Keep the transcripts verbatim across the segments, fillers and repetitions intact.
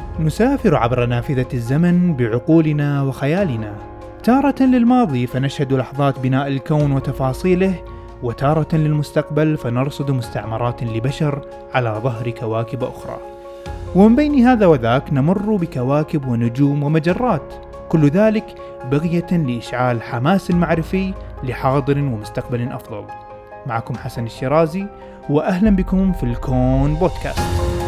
نسافر عبر نافذة الزمن بعقولنا وخيالنا، تارة للماضي فنشهد لحظات بناء الكون وتفاصيله، وتارة للمستقبل فنرصد مستعمرات لبشر على ظهر كواكب أخرى. ومن بين هذا وذاك نمر بكواكب ونجوم ومجرات، كل ذلك بغية لإشعال حماس معرفي لحاضر ومستقبل أفضل. معكم حسن الشرازي، وأهلا بكم في الكون بودكاست.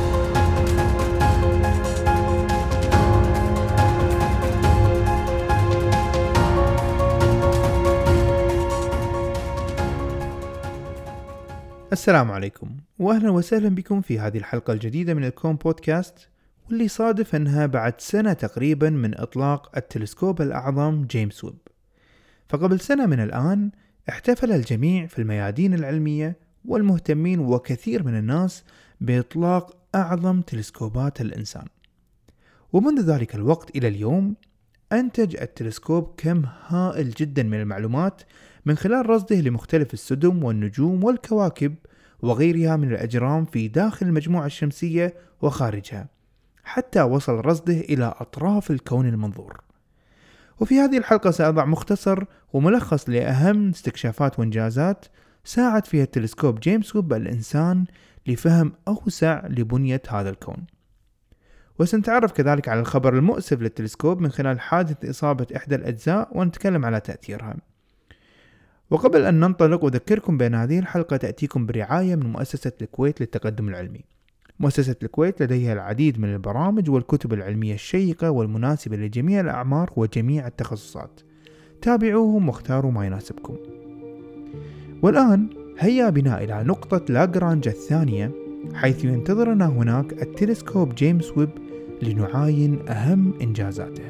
السلام عليكم، وأهلا وسهلا بكم في هذه الحلقة الجديدة من الكون بودكاست، واللي صادف أنها بعد سنة تقريبا من إطلاق التلسكوب الأعظم جيمس ويب. فقبل سنة من الآن احتفل الجميع في الميادين العلمية والمهتمين وكثير من الناس بإطلاق أعظم تلسكوبات الإنسان. ومنذ ذلك الوقت إلى اليوم أنتج التلسكوب كم هائل جدا من المعلومات من خلال رصده لمختلف السدم والنجوم والكواكب وغيرها من الأجرام في داخل المجموعة الشمسية وخارجها، حتى وصل رصده إلى أطراف الكون المنظور. وفي هذه الحلقة سأضع مختصر وملخص لأهم استكشافات وإنجازات ساعد فيها التلسكوب جيمس ويب الإنسان لفهم أوسع لبنية هذا الكون. وسنتعرف كذلك على الخبر المؤسف للتلسكوب من خلال حادث إصابة إحدى الأجزاء ونتكلم على تأثيرها. وقبل أن ننطلق أذكركم بأن هذه الحلقة تأتيكم برعاية من مؤسسة الكويت للتقدم العلمي. مؤسسة الكويت لديها العديد من البرامج والكتب العلمية الشيقة والمناسبة لجميع الأعمار وجميع التخصصات. تابعوهم واختاروا ما يناسبكم. والآن هيا بنا إلى نقطة لاغرانج الثانية، حيث ينتظرنا هناك التلسكوب جيمس ويب لنعاين أهم إنجازاته.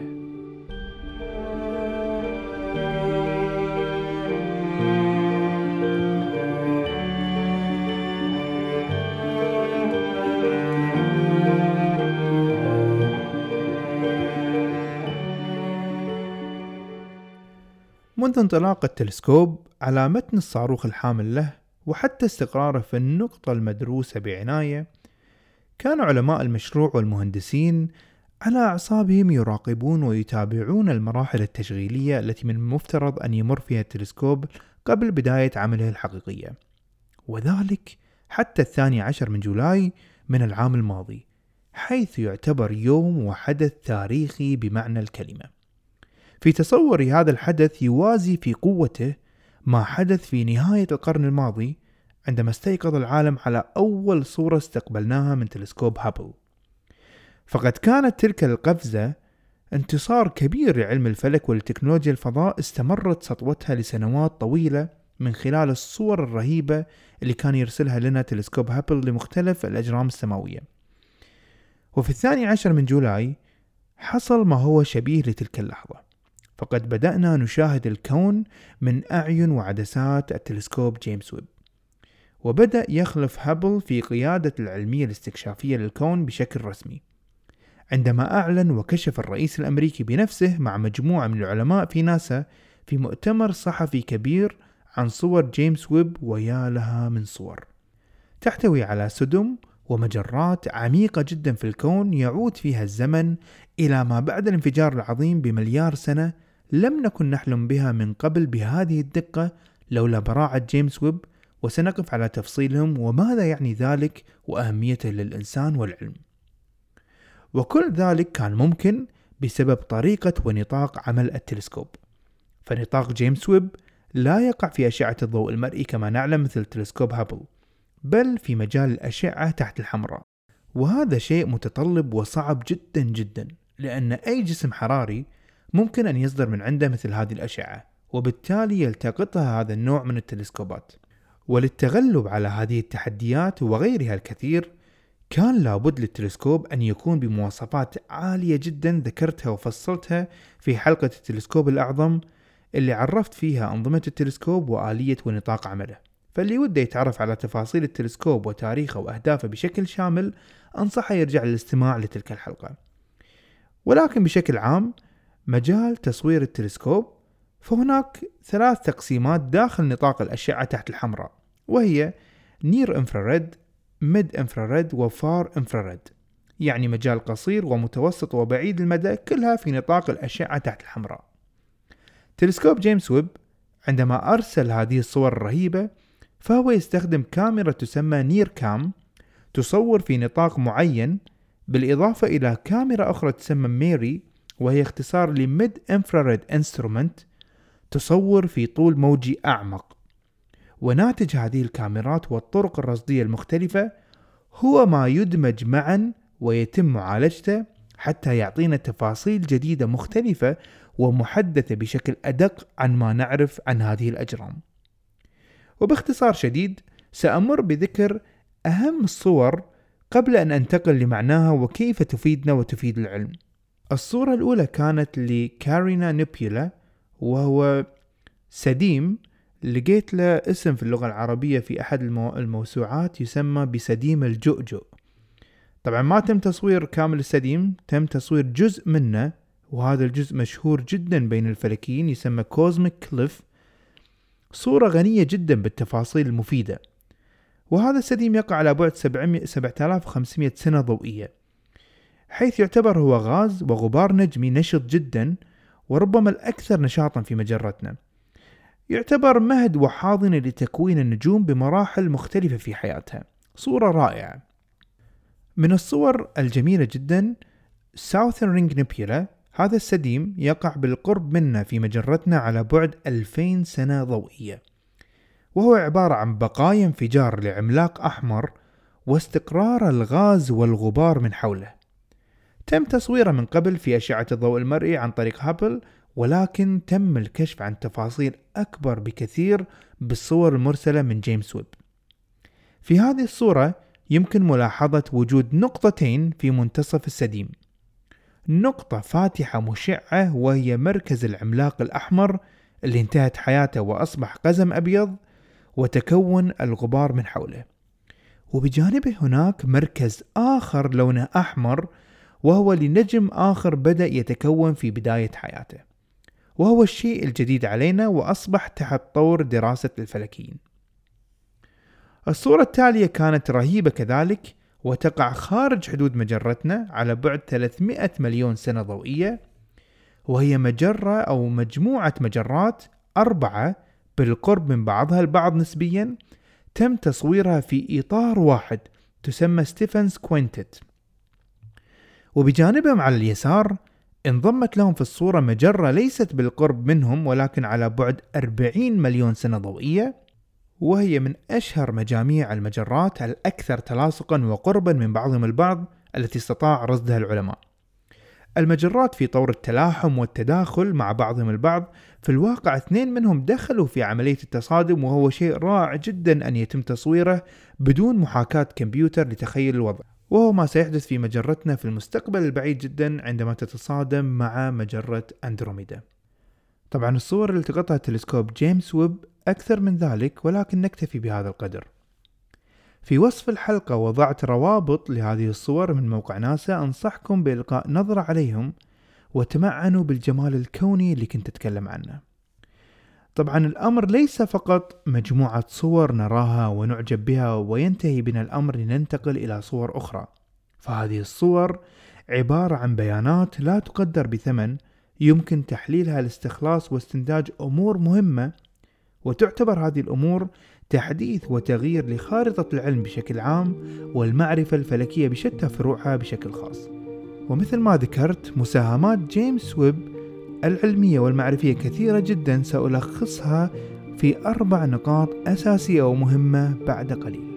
منذ انطلاق التلسكوب على متن الصاروخ الحامل له وحتى استقراره في النقطة المدروسة بعناية، كان علماء المشروع والمهندسين على أعصابهم يراقبون ويتابعون المراحل التشغيلية التي من المفترض أن يمر فيها التلسكوب قبل بداية عمله الحقيقية، وذلك حتى الثاني عشر من جولاي من العام الماضي، حيث يعتبر يوم وحدث تاريخي بمعنى الكلمة. في تصوري هذا الحدث يوازي في قوته ما حدث في نهاية القرن الماضي عندما استيقظ العالم على أول صورة استقبلناها من تلسكوب هابل. فقد كانت تلك القفزة انتصار كبير لعلم الفلك ولتكنولوجيا الفضاء استمرت سطوتها لسنوات طويلة من خلال الصور الرهيبة اللي كان يرسلها لنا تلسكوب هابل لمختلف الأجرام السماوية. وفي الثاني عشر من جولاي حصل ما هو شبيه لتلك اللحظة، فقد بدأنا نشاهد الكون من أعين وعدسات التلسكوب جيمس ويب. وبدأ يخلف هابل في قيادة العلمية الاستكشافية للكون بشكل رسمي، عندما أعلن وكشف الرئيس الأمريكي بنفسه مع مجموعة من العلماء في ناسا في مؤتمر صحفي كبير عن صور جيمس ويب، ويا لها من صور تحتوي على سدم ومجرات عميقة جدا في الكون يعود فيها الزمن إلى ما بعد الانفجار العظيم بمليار سنة لم نكن نحلم بها من قبل بهذه الدقة لولا براعة جيمس ويب. وسنقف على تفصيلهم وماذا يعني ذلك وأهميته للإنسان والعلم. وكل ذلك كان ممكن بسبب طريقة ونطاق عمل التلسكوب. فنطاق جيمس ويب لا يقع في أشعة الضوء المرئي كما نعلم مثل تلسكوب هابل، بل في مجال الأشعة تحت الحمراء. وهذا شيء متطلب وصعب جدا جدا، لأن أي جسم حراري ممكن أن يصدر من عنده مثل هذه الأشعة، وبالتالي يلتقطها هذا النوع من التلسكوبات. وللتغلب على هذه التحديات وغيرها الكثير كان لابد للتلسكوب أن يكون بمواصفات عالية جدا ذكرتها وفصلتها في حلقة التلسكوب الأعظم اللي عرفت فيها أنظمة التلسكوب وآلية ونطاق عمله. فاللي وده يتعرف على تفاصيل التلسكوب وتاريخه وأهدافه بشكل شامل أنصحه يرجع للاستماع لتلك الحلقة. ولكن بشكل عام مجال تصوير التلسكوب فهناك ثلاث تقسيمات داخل نطاق الأشعة تحت الحمراء، وهي نير انفراريد، ميد انفراريد، وفار انفراريد. يعني مجال قصير ومتوسط وبعيد المدى كلها في نطاق الأشعة تحت الحمراء. تلسكوب جيمس ويب عندما أرسل هذه الصور الرهيبة فهو يستخدم كاميرا تسمى نير كام تصور في نطاق معين، بالإضافة إلى كاميرا أخرى تسمى ميري وهي اختصار لميد انفراريد انسترومنت تصور في طول موجي أعمق. وناتج هذه الكاميرات والطرق الرصدية المختلفة هو ما يدمج معا ويتم معالجته حتى يعطينا تفاصيل جديدة مختلفة ومحدثة بشكل أدق عن ما نعرف عن هذه الأجرام. وباختصار شديد سأمر بذكر أهم الصور قبل أن أنتقل لمعناها وكيف تفيدنا وتفيد العلم. الصورة الأولى كانت لكارينا نيبيولا، وهو سديم لقيت له اسم في اللغة العربية في أحد المو... الموسوعات يسمى بسديم الجؤجؤ. طبعا ما تم تصوير كامل السديم، تم تصوير جزء منه، وهذا الجزء مشهور جدا بين الفلكيين يسمى كوزميك كليف. صورة غنية جدا بالتفاصيل المفيدة. وهذا السديم يقع على بعد سبعة آلاف وخمسمائة سنة ضوئية، حيث يعتبر هو غاز وغبار نجمي نشط جدا وربما الأكثر نشاطا في مجرتنا. يعتبر مهد وحاضنة لتكوين النجوم بمراحل مختلفة في حياتها. صورة رائعة. من الصور الجميلة جدا Southern Ring Nebula. هذا السديم يقع بالقرب منا في مجرتنا على بعد ألفين سنة ضوئية، وهو عبارة عن بقايا انفجار لعملاق أحمر واستقرار الغاز والغبار من حوله. تم تصويره من قبل في أشعة الضوء المرئي عن طريق هابل، ولكن تم الكشف عن تفاصيل أكبر بكثير بالصور المرسلة من جيمس ويب. في هذه الصورة يمكن ملاحظة وجود نقطتين في منتصف السديم، نقطة فاتحة مشعة وهي مركز العملاق الأحمر اللي انتهت حياته وأصبح قزم أبيض وتكون الغبار من حوله، وبجانبه هناك مركز آخر لونه أحمر وهو لنجم آخر بدأ يتكون في بداية حياته، وهو الشيء الجديد علينا وأصبح تحت طور دراسة الفلكيين. الصورة التالية كانت رهيبة كذلك، وتقع خارج حدود مجرتنا على بعد ثلاثمائة مليون سنة ضوئية، وهي مجرة أو مجموعة مجرات أربعة بالقرب من بعضها البعض نسبيا، تم تصويرها في إطار واحد تسمى ستيفنز كوينتت. وبجانبهم على اليسار انضمت لهم في الصورة مجرة ليست بالقرب منهم ولكن على بعد أربعين مليون سنة ضوئية، وهي من أشهر مجاميع المجرات الأكثر تلاصقا وقربا من بعضهم البعض التي استطاع رصدها العلماء. المجرات في طور التلاحم والتداخل مع بعضهم البعض، في الواقع اثنين منهم دخلوا في عملية التصادم، وهو شيء رائع جدا أن يتم تصويره بدون محاكاة كمبيوتر لتخيل الوضع، وهو ما سيحدث في مجرتنا في المستقبل البعيد جدا عندما تتصادم مع مجرة أندروميدا. طبعا الصور اللي التقطها تلسكوب جيمس ويب أكثر من ذلك، ولكن نكتفي بهذا القدر. في وصف الحلقة وضعت روابط لهذه الصور من موقع ناسا، أنصحكم بإلقاء نظرة عليهم وتمعنوا بالجمال الكوني اللي كنت أتكلم عنه. طبعا الأمر ليس فقط مجموعة صور نراها ونعجب بها وينتهي بنا الأمر لننتقل إلى صور أخرى، فهذه الصور عبارة عن بيانات لا تقدر بثمن يمكن تحليلها لاستخلاص واستنتاج أمور مهمة، وتعتبر هذه الأمور تحديث وتغيير لخارطة العلم بشكل عام والمعرفة الفلكية بشتى فروعها بشكل خاص. ومثل ما ذكرت مساهمات جيمس ويب العلمية والمعرفية كثيرة جدا، سألخصها في أربع نقاط أساسية ومهمة بعد قليل.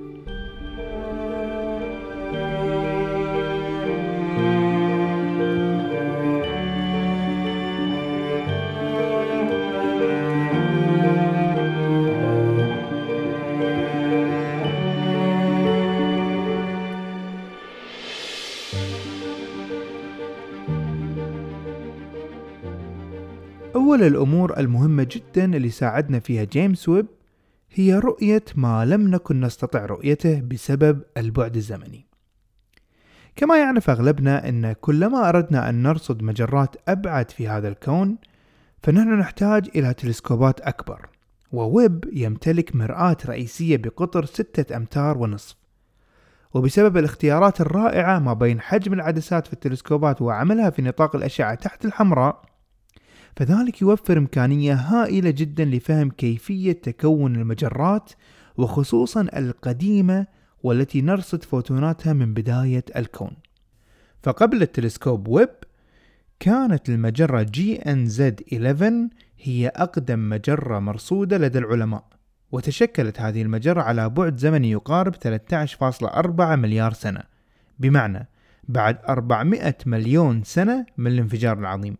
أول الأمور المهمة جدا اللي ساعدنا فيها جيمس ويب هي رؤية ما لم نكن نستطع رؤيته بسبب البعد الزمني. كما يعرف أغلبنا أن كلما أردنا أن نرصد مجرات أبعد في هذا الكون فنحن نحتاج إلى تلسكوبات أكبر، وويب يمتلك مرآة رئيسية بقطر ستة أمتار ونصف، وبسبب الاختيارات الرائعة ما بين حجم العدسات في التلسكوبات وعملها في نطاق الأشعة تحت الحمراء، فذلك يوفر إمكانية هائلة جدا لفهم كيفية تكون المجرات، وخصوصا القديمة والتي نرصد فوتوناتها من بداية الكون. فقبل التلسكوب ويب كانت المجرة جي إن زد إحدى عشر هي أقدم مجرة مرصودة لدى العلماء، وتشكلت هذه المجرة على بعد زمني يقارب ثلاثة عشر فاصلة أربعة مليار سنة، بمعنى بعد أربعمائة مليون سنة من الانفجار العظيم.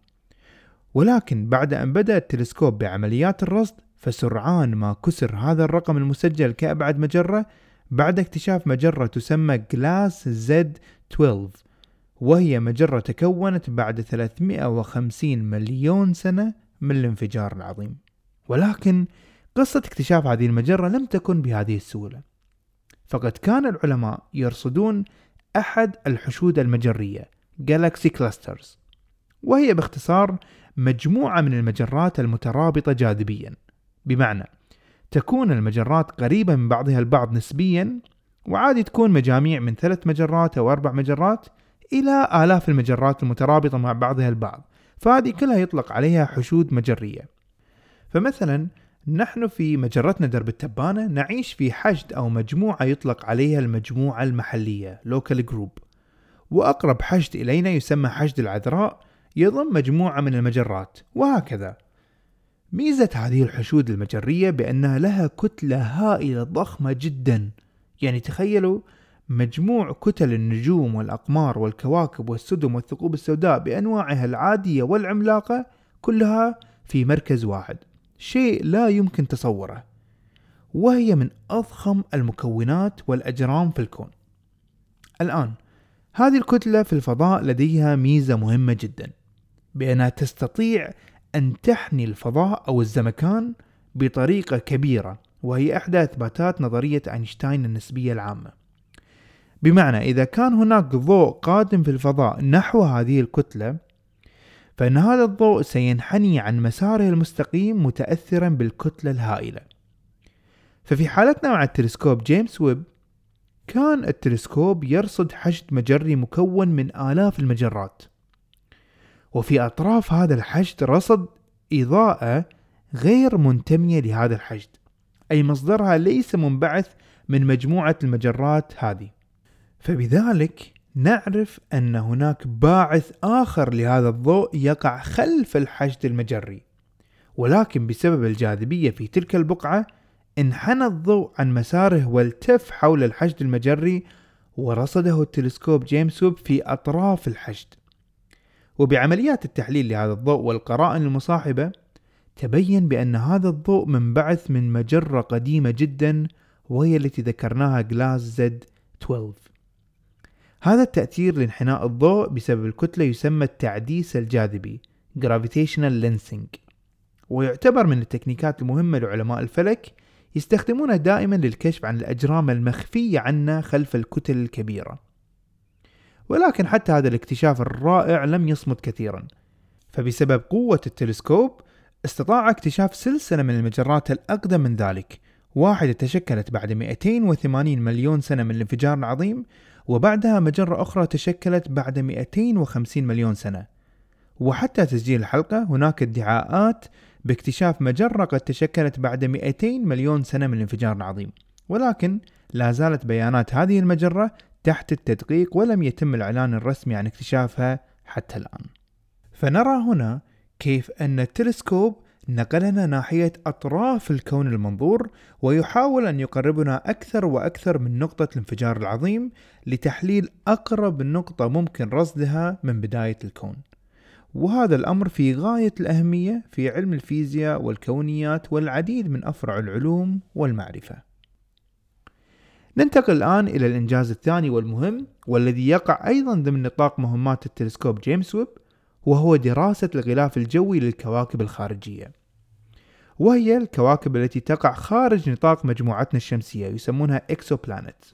ولكن بعد أن بدأ التلسكوب بعمليات الرصد، فسرعان ما كسر هذا الرقم المسجل كأبعد مجرة بعد اكتشاف مجرة تسمى جلاس زد اثنا عشر، وهي مجرة تكونت بعد ثلاثمائة وخمسين مليون سنة من الانفجار العظيم. ولكن قصة اكتشاف هذه المجرة لم تكن بهذه السهولة، فقد كان العلماء يرصدون أحد الحشود المجرية Galaxy Clusters، وهي باختصار مجموعة من المجرات المترابطة جاذبيا، بمعنى تكون المجرات قريبة من بعضها البعض نسبيا، وعادي تكون مجاميع من ثلاث مجرات أو أربع مجرات إلى آلاف المجرات المترابطة مع بعضها البعض، فهذه كلها يطلق عليها حشود مجرية. فمثلا نحن في مجرتنا درب التبانة نعيش في حشد أو مجموعة يطلق عليها المجموعة المحلية Local Group، وأقرب حشد إلينا يسمى حشد العذراء يضم مجموعة من المجرات، وهكذا. ميزة هذه الحشود المجرية بأنها لها كتلة هائلة ضخمة جدا، يعني تخيلوا مجموع كتل النجوم والأقمار والكواكب والسدم والثقوب السوداء بأنواعها العادية والعملاقة كلها في مركز واحد، شيء لا يمكن تصوره، وهي من أضخم المكونات والأجرام في الكون. الآن هذه الكتلة في الفضاء لديها ميزة مهمة جدا، بأنها تستطيع أن تحني الفضاء أو الزمكان بطريقة كبيرة، وهي إحدى إثباتات نظرية أينشتاين النسبية العامة. بمعنى إذا كان هناك ضوء قادم في الفضاء نحو هذه الكتلة، فإن هذا الضوء سينحني عن مساره المستقيم متأثرا بالكتلة الهائلة. ففي حالتنا مع التلسكوب جيمس ويب، كان التلسكوب يرصد حشد مجري مكون من آلاف المجرات، وفي أطراف هذا الحشد رصد إضاءة غير منتمية لهذا الحشد، أي مصدرها ليس منبعث من مجموعة المجرات هذه. فبذلك نعرف أن هناك باعث آخر لهذا الضوء يقع خلف الحشد المجري، ولكن بسبب الجاذبية في تلك البقعة انحنى الضوء عن مساره والتف حول الحشد المجري، ورصده التلسكوب جيمس ويب في أطراف الحشد. وبعمليات التحليل لهذا الضوء والقرائن المصاحبة تبين بأن هذا الضوء منبعث من مجرة قديمة جدا، وهي التي ذكرناها جلاس زد اثنا عشر. هذا التأثير لانحناء الضوء بسبب الكتلة يسمى التعديس الجاذبي Gravitational Lensing، ويعتبر من التكنيكات المهمة لعلماء الفلك، يستخدمونها دائما للكشف عن الأجرام المخفية عنا خلف الكتل الكبيرة. ولكن حتى هذا الاكتشاف الرائع لم يصمد كثيرا، فبسبب قوة التلسكوب استطاع اكتشاف سلسلة من المجرات الأقدم من ذلك، واحدة تشكلت بعد مئتين وثمانين مليون سنة من الانفجار العظيم، وبعدها مجرة أخرى تشكلت بعد مئتين وخمسين مليون سنة. وحتى تسجيل الحلقة هناك ادعاءات باكتشاف مجرة قد تشكلت بعد مئتين مليون سنة من الانفجار العظيم، ولكن لا زالت بيانات هذه المجرة تحت التدقيق، ولم يتم الإعلان الرسمي عن اكتشافها حتى الآن. فنرى هنا كيف أن التلسكوب نقلنا ناحية أطراف الكون المنظور، ويحاول أن يقربنا أكثر وأكثر من نقطة الانفجار العظيم لتحليل أقرب نقطة ممكن رصدها من بداية الكون. وهذا الأمر في غاية الأهمية في علم الفيزياء والكونيات والعديد من أفرع العلوم والمعرفة. ننتقل الآن إلى الإنجاز الثاني والمهم، والذي يقع أيضا ضمن نطاق مهمات التلسكوب جيمس ويب، وهو دراسة الغلاف الجوي للكواكب الخارجية، وهي الكواكب التي تقع خارج نطاق مجموعتنا الشمسية يسمونها إكسوبلانت.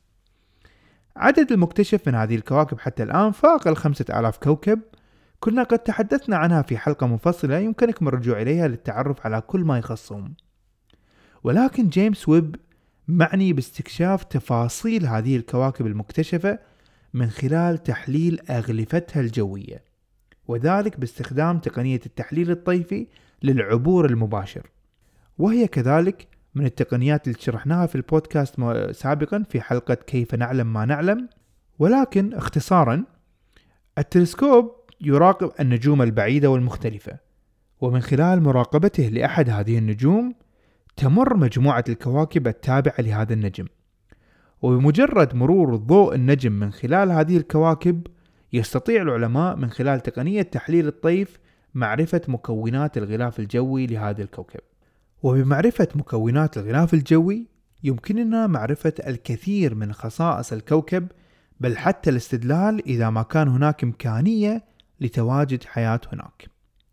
عدد المكتشف من هذه الكواكب حتى الآن فاق الخمسة آلاف كوكب، كنا قد تحدثنا عنها في حلقة منفصلة يمكنكم الرجوع إليها للتعرف على كل ما يخصهم. ولكن جيمس ويب معني باستكشاف تفاصيل هذه الكواكب المكتشفة من خلال تحليل أغلفتها الجوية، وذلك باستخدام تقنية التحليل الطيفي للعبور المباشر، وهي كذلك من التقنيات اللي شرحناها في البودكاست سابقا في حلقة كيف نعلم ما نعلم. ولكن اختصارا، التلسكوب يراقب النجوم البعيدة والمختلفة، ومن خلال مراقبته لأحد هذه النجوم تمر مجموعة الكواكب التابعة لهذا النجم، وبمجرد مرور ضوء النجم من خلال هذه الكواكب يستطيع العلماء من خلال تقنية تحليل الطيف معرفة مكونات الغلاف الجوي لهذا الكوكب. وبمعرفة مكونات الغلاف الجوي يمكننا معرفة الكثير من خصائص الكوكب، بل حتى الاستدلال إذا ما كان هناك إمكانية لتواجد حياة هناك.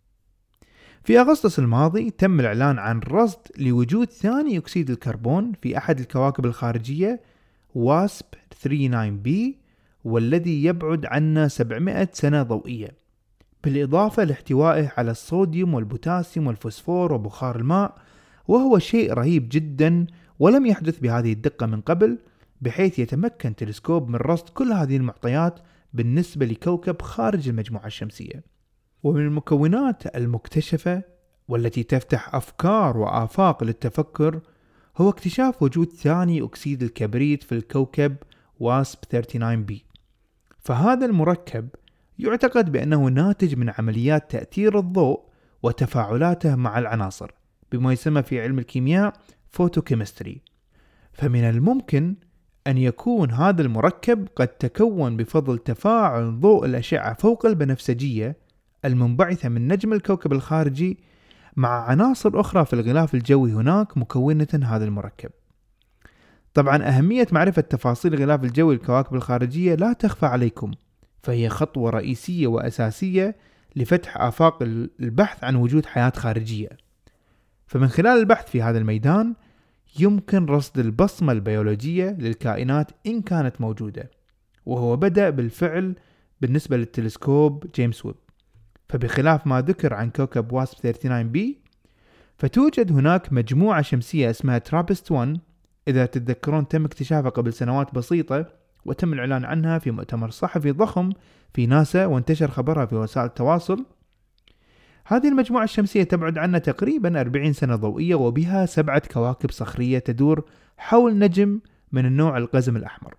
في أغسطس الماضي تم الإعلان عن رصد لوجود ثاني أكسيد الكربون في أحد الكواكب الخارجية واسب ثلاثة وتسعين بي، والذي يبعد عنا سبعمائة سنة ضوئية، بالإضافة لاحتوائه على الصوديوم والبوتاسيوم والفوسفور وبخار الماء، وهو شيء رهيب جدا ولم يحدث بهذه الدقة من قبل، بحيث يتمكن تلسكوب من رصد كل هذه المعطيات بالنسبة لكوكب خارج المجموعة الشمسية. ومن المكونات المكتشفة والتي تفتح أفكار وآفاق للتفكر هو اكتشاف وجود ثاني أكسيد الكبريت في الكوكب واسب ثلاثة وتسعين بي. فهذا المركب يعتقد بأنه ناتج من عمليات تأثير الضوء وتفاعلاته مع العناصر بما يسمى في علم الكيمياء فوتوكيمستري. فمن الممكن أن يكون هذا المركب قد تكون بفضل تفاعل ضوء الأشعة فوق البنفسجية المنبعثة من نجم الكوكب الخارجي مع عناصر أخرى في الغلاف الجوي هناك مكونة هذا المركب. طبعا أهمية معرفة تفاصيل الغلاف الجوي للكواكب الخارجية لا تخفى عليكم، فهي خطوة رئيسية وأساسية لفتح آفاق البحث عن وجود حياة خارجية. فمن خلال البحث في هذا الميدان يمكن رصد البصمة البيولوجية للكائنات إن كانت موجودة، وهو بدأ بالفعل بالنسبة للتلسكوب جيمس ويب. فبخلاف ما ذكر عن كوكب واسب ثلاثة وتسعين بي، فتوجد هناك مجموعة شمسية اسمها ترابست واحد، إذا تتذكرون تم اكتشافها قبل سنوات بسيطة، وتم الإعلان عنها في مؤتمر صحفي ضخم في ناسا، وانتشر خبرها في وسائل التواصل. هذه المجموعة الشمسية تبعد عنا تقريبا أربعين سنة ضوئية، وبها سبعة كواكب صخرية تدور حول نجم من النوع القزم الأحمر.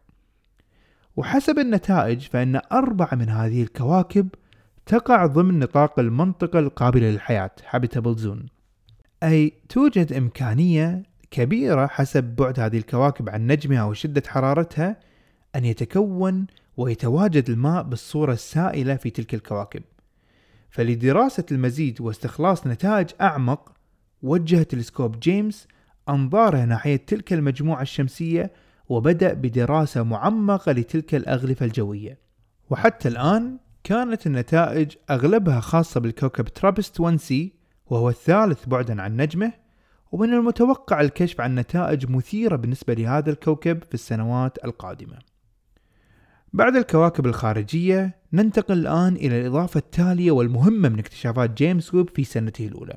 وحسب النتائج فإن أربعة من هذه الكواكب تقع ضمن نطاق المنطقة القابلة للحياة habitable zone، أي توجد إمكانية كبيرة حسب بعد هذه الكواكب عن نجمها وشدة حرارتها أن يتكون ويتواجد الماء بالصورة السائلة في تلك الكواكب. فلدراسة المزيد واستخلاص نتائج أعمق، وجه تلسكوب جيمس أنظاره ناحية تلك المجموعة الشمسية، وبدأ بدراسة معمقة لتلك الأغلفة الجوية. وحتى الآن كانت النتائج أغلبها خاصة بالكوكب ترابست واحد سي، وهو الثالث بعدا عن نجمه، ومن المتوقع الكشف عن نتائج مثيرة بالنسبة لهذا الكوكب في السنوات القادمة. بعد الكواكب الخارجية ننتقل الآن إلى الإضافة التالية والمهمة من اكتشافات جيمس ويب في سنته الأولى.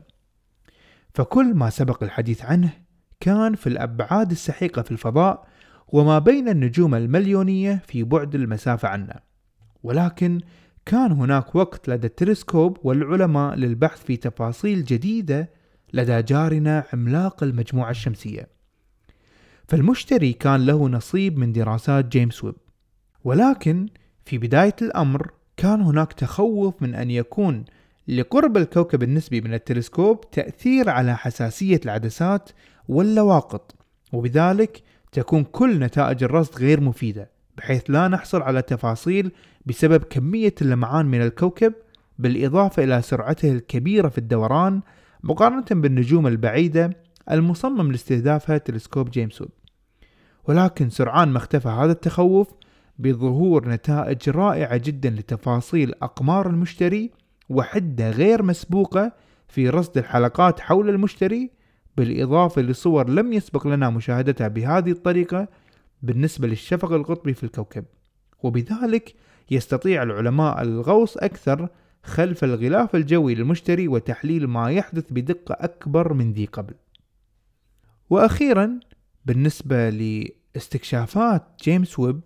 فكل ما سبق الحديث عنه كان في الأبعاد السحيقة في الفضاء وما بين النجوم المليونية في بعد المسافة عنا، ولكن كان هناك وقت لدى التلسكوب والعلماء للبحث في تفاصيل جديدة لدى جارنا عملاق المجموعة الشمسية. فالمشتري كان له نصيب من دراسات جيمس ويب، ولكن في بداية الأمر كان هناك تخوف من أن يكون لقرب الكوكب النسبي من التلسكوب تأثير على حساسية العدسات واللواقط، وبذلك تكون كل نتائج الرصد غير مفيدة، بحيث لا نحصل على تفاصيل بسبب كمية اللمعان من الكوكب، بالإضافة إلى سرعته الكبيرة في الدوران مقارنة بالنجوم البعيدة المصمم لاستهدافها تلسكوب جيمس ويب. ولكن سرعان ما اختفى هذا التخوف بظهور نتائج رائعة جدا لتفاصيل أقمار المشتري وحدة غير مسبوقة في رصد الحلقات حول المشتري، بالإضافة لصور لم يسبق لنا مشاهدتها بهذه الطريقة بالنسبة للشفق القطبي في الكوكب. وبذلك يستطيع العلماء الغوص أكثر خلف الغلاف الجوي للمشتري وتحليل ما يحدث بدقة أكبر من ذي قبل. وأخيرا بالنسبة لاستكشافات جيمس ويب،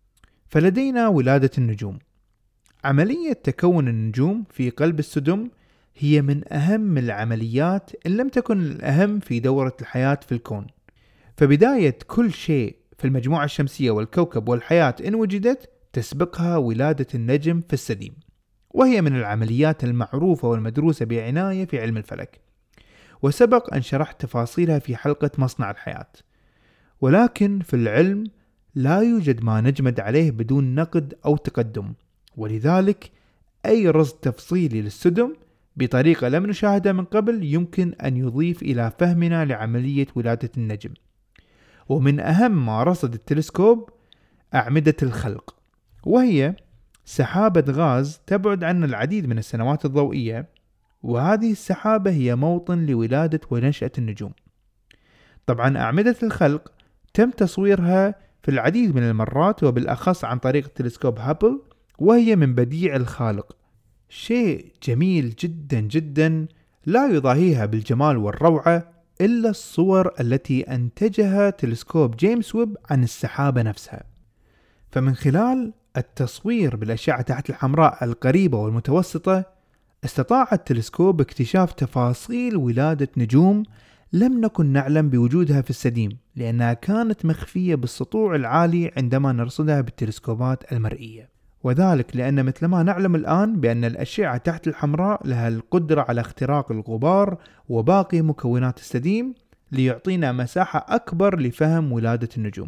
فلدينا ولادة النجوم. عملية تكون النجوم في قلب السدم هي من أهم العمليات إن لم تكن الأهم في دورة الحياة في الكون. فبداية كل شيء في المجموعة الشمسية والكوكب والحياة إن وجدت تسبقها ولادة النجم في السديم، وهي من العمليات المعروفة والمدروسة بعناية في علم الفلك، وسبق أن شرحت تفاصيلها في حلقة مصنع الحياة. ولكن في العلم لا يوجد ما نجمد عليه بدون نقد أو تقدم، ولذلك أي رصد تفصيلي للسدم بطريقة لم نشاهدها من قبل يمكن أن يضيف إلى فهمنا لعملية ولادة النجم. ومن أهم ما رصد التلسكوب أعمدة الخلق، وهي سحابة غاز تبعد عنا العديد من السنوات الضوئية، وهذه السحابة هي موطن لولادة ونشأة النجوم. طبعا أعمدة الخلق تم تصويرها في العديد من المرات، وبالأخص عن طريق تلسكوب هابل، وهي من بديع الخالق، شيء جميل جدا جدا لا يضاهيها بالجمال والروعة إلا الصور التي أنتجها تلسكوب جيمس ويب عن السحابة نفسها. فمن خلال التصوير بالأشعة تحت الحمراء القريبة والمتوسطة استطاع التلسكوب اكتشاف تفاصيل ولادة نجوم لم نكن نعلم بوجودها في السديم، لأنها كانت مخفية بالسطوع العالي عندما نرصدها بالتلسكوبات المرئية. وذلك لأن مثل ما نعلم الآن بأن الأشعة تحت الحمراء لها القدرة على اختراق الغبار وباقي مكونات السديم ليعطينا مساحة أكبر لفهم ولادة النجوم.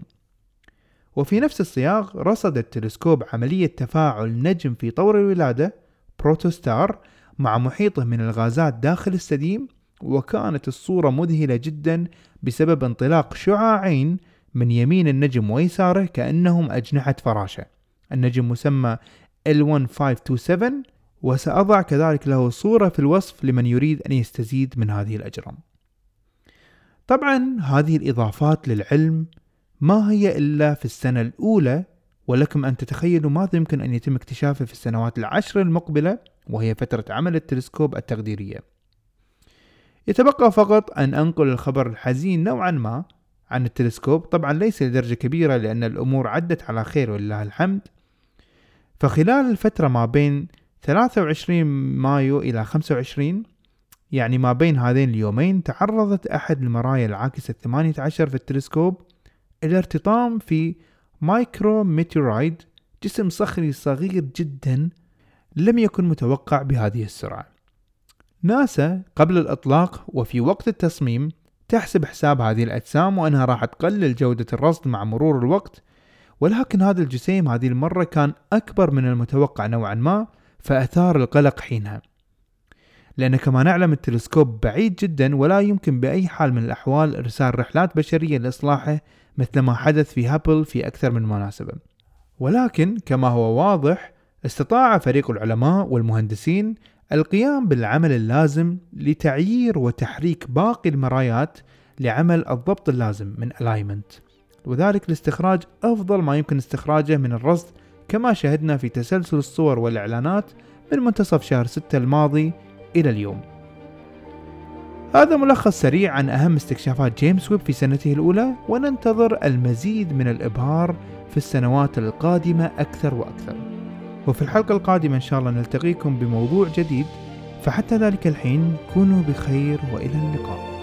وفي نفس السياق رصد التلسكوب عملية تفاعل نجم في طور الولادة بروتوستار مع محيطه من الغازات داخل السديم، وكانت الصورة مذهلة جدا بسبب انطلاق شعاعين من يمين النجم ويساره كأنهم أجنحة فراشة. النجم مسمى إل واحد خمسة اثنين سبعة، وسأضع كذلك له صورة في الوصف لمن يريد أن يستزيد من هذه الأجرام. طبعا هذه الإضافات للعلم ما هي إلا في السنة الأولى، ولكم أن تتخيلوا ماذا يمكن أن يتم اكتشافه في السنوات العشر المقبلة، وهي فترة عمل التلسكوب التقديرية. يتبقى فقط أن أنقل الخبر الحزين نوعا ما عن التلسكوب، طبعا ليس لدرجة كبيرة لأن الأمور عدت على خير ولله الحمد. فخلال الفترة ما بين ثلاثة وعشرين مايو إلى خمسة وعشرين، يعني ما بين هذين اليومين، تعرضت أحد المرايا العاكسة الثمانية عشر في التلسكوب إلى ارتطام في مايكرو ميتيرويد، جسم صخري صغير جدا لم يكن متوقع بهذه السرعة. ناسا قبل الإطلاق وفي وقت التصميم تحسب حساب هذه الأجسام وأنها راح تقلل جودة الرصد مع مرور الوقت، ولكن هذا الجسيم هذه المرة كان أكبر من المتوقع نوعا ما، فأثار القلق حينها، لأن كما نعلم التلسكوب بعيد جدا ولا يمكن بأي حال من الأحوال إرسال رحلات بشرية لإصلاحه مثل ما حدث في هابل في أكثر من مناسبة. ولكن كما هو واضح استطاع فريق العلماء والمهندسين القيام بالعمل اللازم لتعيير وتحريك باقي المرايات لعمل الضبط اللازم من alignment، وذلك لاستخراج أفضل ما يمكن استخراجه من الرصد، كما شاهدنا في تسلسل الصور والإعلانات من منتصف شهر ستة الماضي إلى اليوم. هذا ملخص سريع عن أهم استكشافات جيمس ويب في سنته الأولى، وننتظر المزيد من الإبهار في السنوات القادمة أكثر وأكثر. وفي الحلقة القادمة إن شاء الله نلتقيكم بموضوع جديد، فحتى ذلك الحين كونوا بخير وإلى اللقاء.